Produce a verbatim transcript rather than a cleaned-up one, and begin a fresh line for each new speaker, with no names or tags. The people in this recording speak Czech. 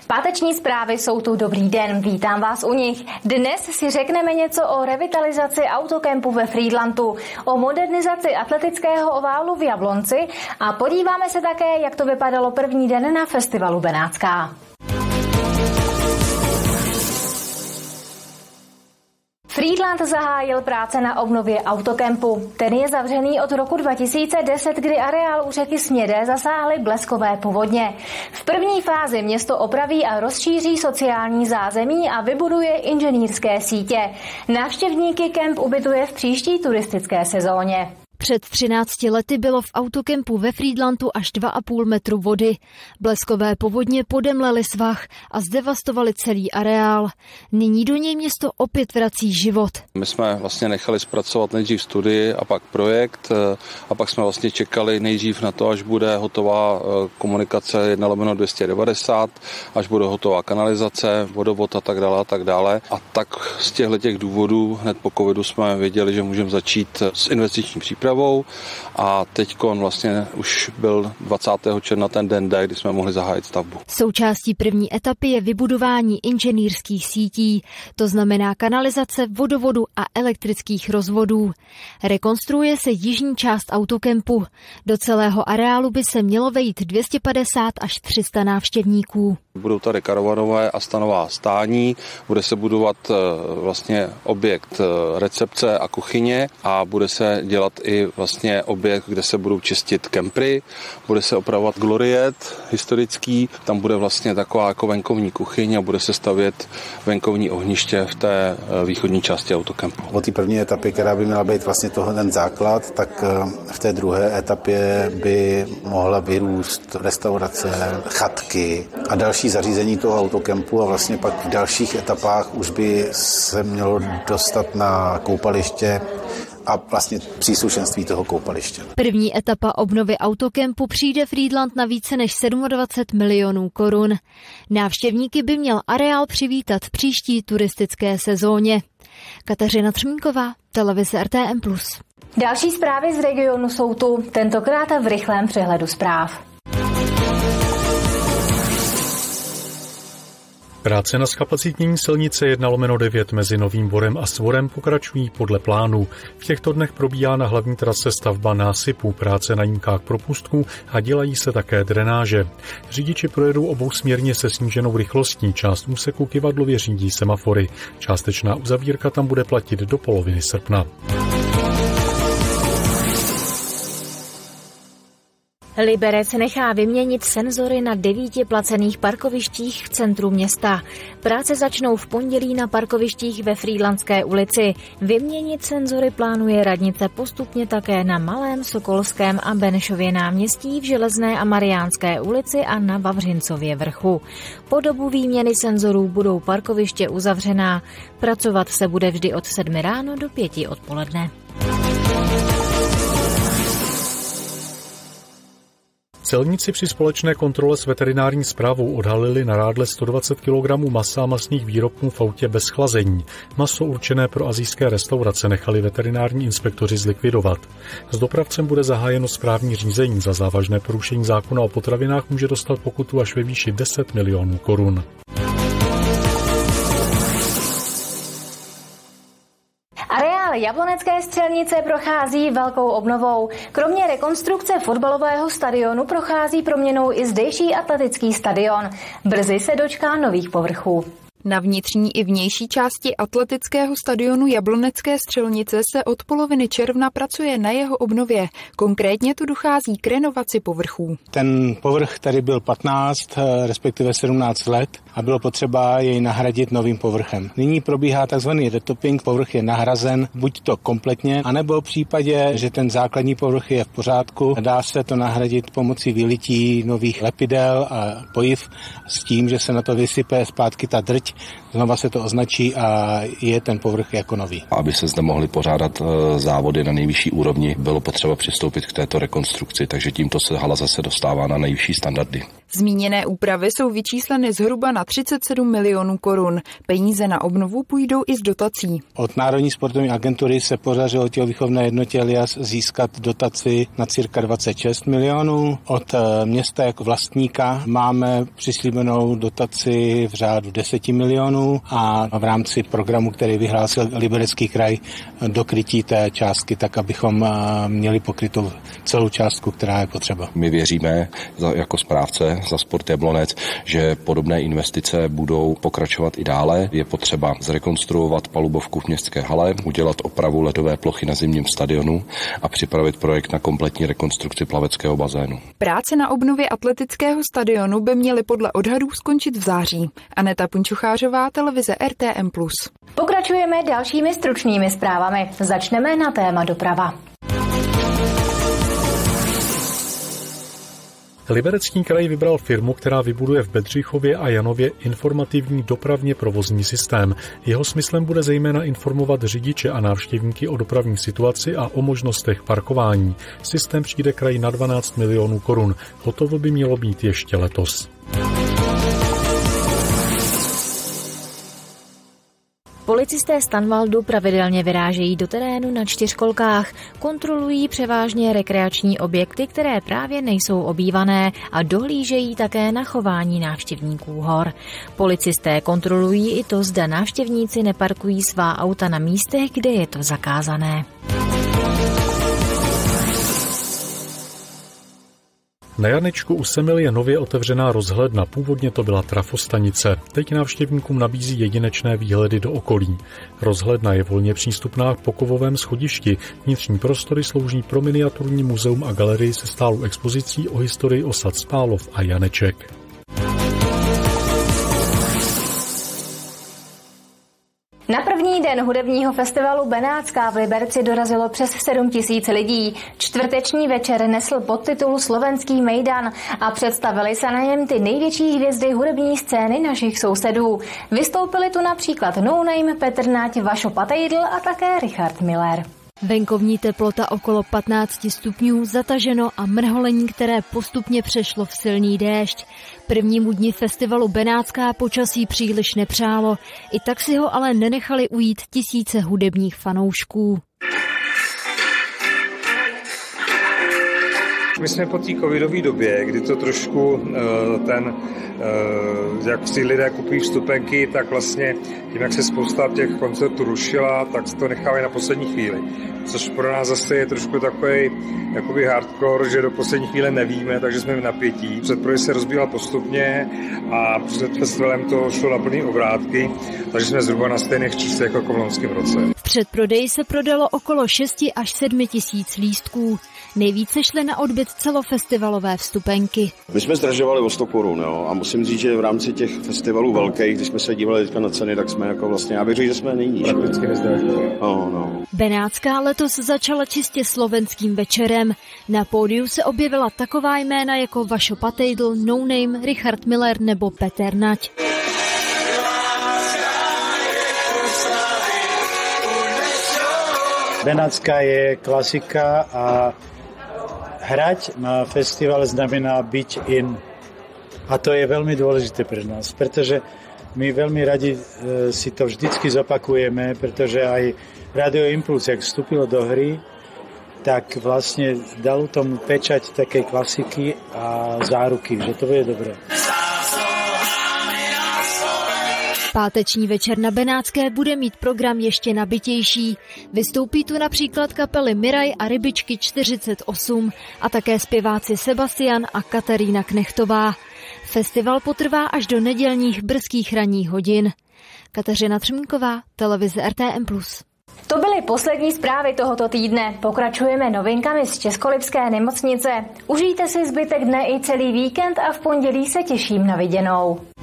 Páteční zprávy jsou tu, dobrý den, vítám vás u nich. Dnes si řekneme něco o revitalizaci autokempu ve Frýdlantu, o modernizaci atletického oválu v Jablonci a podíváme se také, jak to vypadalo první den na festivalu Benátská. Frýdlant zahájil práce na obnově autokempu. Ten je zavřený od roku dva tisíce deset, kdy areál u řeky Smědé zasáhly bleskové povodně. V první fázi město opraví a rozšíří sociální zázemí a vybuduje inženýrské sítě. Návštěvníky kemp ubytuje v příští turistické sezóně.
Před třinácti lety bylo v autokempu ve Frýdlantu až dva a půl metru vody. Bleskové povodně podemlely svah a zdevastovaly celý areál. Nyní do něj město opět vrací život.
My jsme vlastně nechali zpracovat nejdřív studii a pak projekt a pak jsme vlastně čekali nejdřív na to, až bude hotová komunikace jedna lomeno dvě stě devadesát, až bude hotová kanalizace, vodovod a tak dále a tak dále. A tak z těchto těch důvodů hned po covidu jsme věděli, že můžeme začít s investiční přípravou. A teďkon vlastně už byl dvacátého června ten den D, kdy jsme mohli zahájit stavbu.
Součástí první etapy je vybudování inženýrských sítí, to znamená kanalizace, vodovodu a elektrických rozvodů. Rekonstruuje se jižní část autokempu. Do celého areálu by se mělo vejít dvě stě padesát až tři sta návštěvníků.
Budou tady karavanové a stanová stání, bude se budovat vlastně objekt recepce a kuchyně a bude se dělat i vlastně objekt, kde se budou čistit kempry, bude se opravovat gloriet historický, tam bude vlastně taková jako venkovní kuchyň a bude se stavět venkovní ohniště v té východní části autokempu.
O té první etapě, která by měla být vlastně tohle ten základ, tak v té druhé etapě by mohla vyrůst restaurace, chatky a další zařízení toho autokempu a vlastně pak v dalších etapách už by se mělo dostat na koupaliště a vlastně příslušenství toho koupaliště.
První etapa obnovy autokempu přijde Frýdlant na více než dvacet sedm milionů korun. Návštěvníky by měl areál přivítat v příští turistické sezóně. Kateřina Třmínková, televize R T M plus.
Další zprávy z regionu jsou tu, tentokrát v rychlém přehledu zpráv.
Práce na zkapacitnění silnice jedna lomeno devět mezi Novým Borem a Svorem pokračují podle plánu. V těchto dnech probíhá na hlavní trase stavba násypů, práce na jímkách propustků a dělají se také drenáže. Řidiči projedou obousměrně se sníženou rychlostí, část úseku Kyvadlově řídí semafory. Částečná uzavírka tam bude platit do poloviny srpna.
Liberec nechá vyměnit senzory na devíti placených parkovištích v centru města. Práce začnou v pondělí na parkovištích ve Frýdlantské ulici. Vyměnit senzory plánuje radnice postupně také na Malém, Sokolském a Benešově náměstí, v Železné a Mariánské ulici a na Vavřincově vrchu. Po dobu výměny senzorů budou parkoviště uzavřená. Pracovat se bude vždy od sedmi ráno do pěti odpoledne.
Celníci při společné kontrole s veterinární správou odhalili na rádle sto dvacet kilogramů masa a masných výrobků v autě bez chlazení. Maso určené pro asijské restaurace nechali veterinární inspektoři zlikvidovat. S dopravcem bude zahájeno správní řízení. Za závažné porušení zákona o potravinách může dostat pokutu až ve výši deset milionů korun.
Jablonecké střelnice prochází velkou obnovou. Kromě rekonstrukce fotbalového stadionu prochází proměnou i zdejší atletický stadion. Brzy se dočká nových povrchů.
Na vnitřní i vnější části atletického stadionu Jablonecké střelnice se od poloviny června pracuje na jeho obnově. Konkrétně tu dochází k renovaci povrchů.
Ten povrch tady byl patnáct, respektive sedmnáct let a bylo potřeba jej nahradit novým povrchem. Nyní probíhá tzv. Retopping, povrch je nahrazen buď to kompletně, anebo v případě, že ten základní povrch je v pořádku, dá se to nahradit pomocí vylití nových lepidel a pojiv s tím, že se na to vysype zpátky ta drť, znova se to označí a je ten povrch jako nový.
Aby se zde mohly pořádat závody na nejvyšší úrovni, bylo potřeba přistoupit k této rekonstrukci, takže tímto se hala zase dostává na nejvyšší standardy.
Zmíněné úpravy jsou vyčísleny zhruba na třicet sedm milionů korun. Peníze na obnovu půjdou i z dotací.
Od Národní sportovní agentury se podařilo tělovýchovné jednotě Elias získat dotaci na cirka dvacet šest milionů. Od města jako vlastníka máme přislíbenou dotaci v řádu deset milionů a v rámci programu, který vyhlásil Liberecký kraj, dokrytí té částky, tak abychom měli pokrytou celou částku, která je potřeba.
My věříme jako správce za Sport Jablonec, že podobné investice budou pokračovat i dále. Je potřeba zrekonstruovat palubovku v městské hale, udělat opravu ledové plochy na zimním stadionu a připravit projekt na kompletní rekonstrukci plaveckého bazénu.
Práce na obnově atletického stadionu by měly podle odhadů skončit v září. Aneta Punčuchářová, televize R T M plus.
Pokračujeme dalšími stručnými zprávami. Začneme na téma doprava.
Liberecký kraj vybral firmu, která vybuduje v Bedřichově a Janově informativní dopravně provozní systém. Jeho smyslem bude zejména informovat řidiče a návštěvníky o dopravní situaci a o možnostech parkování. Systém přijde kraji na dvanáct milionů korun. Hotovo by mělo být ještě letos.
Policisté z Tanvaldu pravidelně vyrážejí do terénu na čtyřkolkách, kontrolují převážně rekreační objekty, které právě nejsou obývané a dohlížejí také na chování návštěvníků hor. Policisté kontrolují i to, zda návštěvníci neparkují svá auta na místech, kde je to zakázané.
Na Janečku u Semil je nově otevřená rozhledna, původně to byla trafostanice. Teď návštěvníkům nabízí jedinečné výhledy do okolí. Rozhledna je volně přístupná po kovovém schodišti. Vnitřní prostory slouží pro miniaturní muzeum a galerii se stálou expozicí o historii osad Spálov a Janeček.
Na první den hudebního festivalu Benátská v Liberci dorazilo přes sedm tisíc lidí. Čtvrteční večer nesl podtitul Slovenský mejdan a představili se na něm ty největší hvězdy hudební scény našich sousedů. Vystoupili tu například No Name, Petr Nať, Vašo Patejdl a také Richard Miller.
Venkovní teplota okolo patnáct stupňů, zataženo a mrholení, které postupně přešlo v silný déšť. Prvnímu dni festivalu Benátská počasí příliš nepřálo, i tak si ho ale nenechali ujít tisíce hudebních fanoušků.
My jsme po té covidové době, kdy to trošku ten, jak si lidé kupují vstupenky, tak vlastně tím, jak se spousta těch koncertů rušila, tak se to nechávají na poslední chvíli. Což pro nás zase je trošku takový jakoby hardcore, že do poslední chvíle nevíme, takže jsme v napětí. Předprodej se rozbíhal postupně a před festivalem to šlo na plný obrátky, takže jsme zhruba na stejných číslech jako v loňském roce.
V předprodeji se prodalo okolo šest až sedm tisíc lístků. Nejvíce šly na odbyt celofestivalové vstupenky.
My jsme zdražovali o sto korun, jo, a musím říct, že v rámci těch festivalů velkých, když jsme se dívali teďka na ceny, tak jsme jako vlastně, já bych řekl, že jsme nejníž.
Prakticky nezdražovali.
No, no.
Benátská letos začala čistě slovenským večerem. Na pódiu se objevila taková jména jako Vašo Patejdl, No Name, Richard Miller nebo Petr Nať.
Benátska je klasika a hrať na festivale znamená byť in. A to je veľmi dôležité pre nás, pretože my veľmi radi si to vždycky zopakujeme, pretože aj Radio Impuls, jak vstúpilo do hry, tak vlastne dalo tomu pečať takej klasiky a záruky, že to bude dobré.
Páteční večer na Benátské bude mít program ještě nabitější. Vystoupí tu například kapely Miraj a Rybičky čtyřicet osm a také zpěváci Sebastian a Katarína Knechtová. Festival potrvá až do nedělních brzkých ranních hodin. Kateřina Třmínková, televize R T M plus.
To byly poslední zprávy tohoto týdne. Pokračujeme novinkami z Českolipské nemocnice. Užijte si zbytek dne i celý víkend a v pondělí se těším na viděnou.